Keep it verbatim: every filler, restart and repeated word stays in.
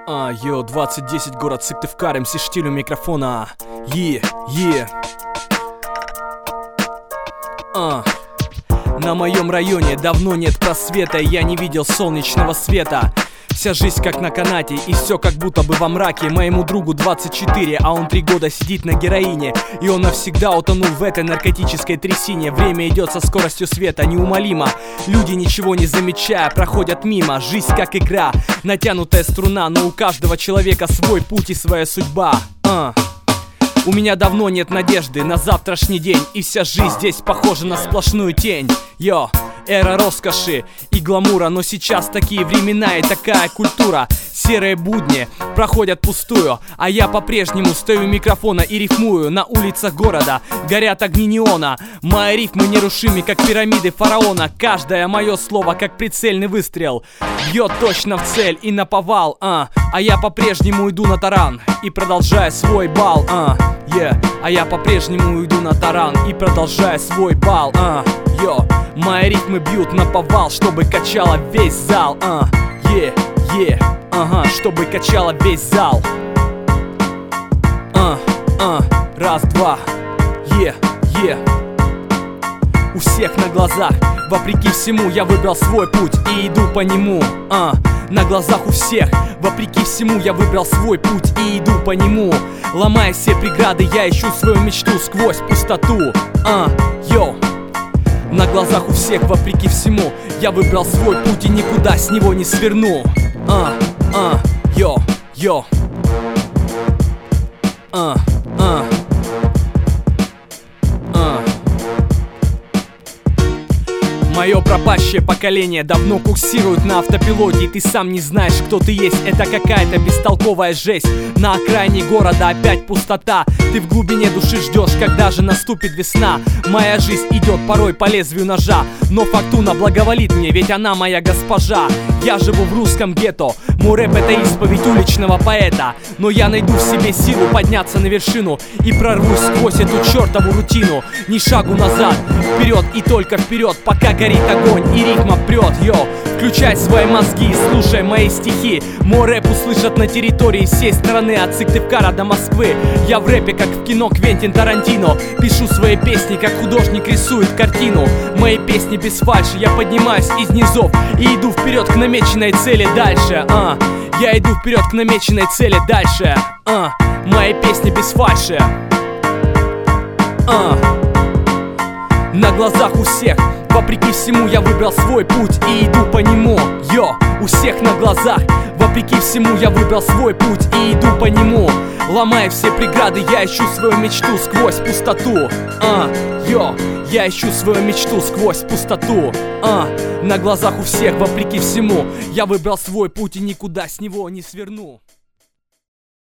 А, йо, двадцать десять, город Сыктывкар, эм си Штиль у микрофона. Е, е. А. На моем районе давно нет просвета, я не видел солнечного света. Вся жизнь как на канате, и все как будто бы во мраке. Моему другу двадцать четыре, а он три года сидит на героине. И он навсегда утонул в этой наркотической трясине. Время идет со скоростью света, неумолимо. Люди, ничего не замечая, проходят мимо. Жизнь как игра, натянутая струна. Но у каждого человека свой путь и своя судьба. а. У меня давно нет надежды на завтрашний день, и вся жизнь здесь похожа на сплошную тень. Йо, эра роскоши и гламура, но сейчас такие времена и такая культура. Серые будни проходят пустую, а я по-прежнему стою у микрофона и рифмую. На улицах города горят огни неона. Мои рифмы нерушимы, как пирамиды фараона. Каждое мое слово, как прицельный выстрел, бьет точно в цель и наповал. а. А я по-прежнему иду на таран и продолжаю свой бал. а. Yeah. А я по-прежнему иду на таран и продолжаю свой бал. а. Йо, мои рифмы бьют на повал, чтобы качало весь зал. а. Yeah, yeah. Ага, чтобы качало весь зал. А, а, раз, два. Е, е. У всех на глазах, вопреки всему, я выбрал свой путь и иду по нему. А, на глазах у всех, вопреки всему, я выбрал свой путь и иду по нему. Ломая все преграды, я ищу свою мечту сквозь пустоту. А, йо. На глазах у всех, вопреки всему, я выбрал свой путь и никуда с него не сверну. А, а, йо, йо. А, а. А. Мое пропащее поколение давно курсирует на автопилоте, и ты сам не знаешь, кто ты есть. Это какая-то бестолковая жесть. На окраине города опять пустота. Ты в глубине души ждешь, когда же наступит весна. Моя жизнь идет порой по лезвию ножа, но фортуна благоволит мне, ведь она моя госпожа. Я живу в русском гетто, мой рэп — это исповедь уличного поэта. Но я найду в себе силу подняться на вершину и прорвусь сквозь эту чертову рутину. Ни шагу назад, вперед и только вперед, пока горит огонь и ритма прет. Йо, включай свои мозги, слушай мои стихи. Мой рэп услышат на территории всей страны, от Сыктывкара до Москвы. Я в рэпе, как в кино Квентин Тарантино. Пишу свои песни, как художник рисует картину. Мои песни без фальши, я поднимаюсь из низов и иду вперед к намеченной цели дальше. а. Я иду вперед к намеченной цели дальше. а. Мои песни без фальши. а. На глазах у всех, вопреки всему, я выбрал свой путь и иду по нему. Йо, у всех на глазах, вопреки всему, я выбрал свой путь и иду по нему. Ломая все преграды, я ищу свою мечту сквозь пустоту. А, йо, я ищу свою мечту сквозь пустоту. А, на глазах у всех, вопреки всему, я выбрал свой путь и никуда с него не сверну.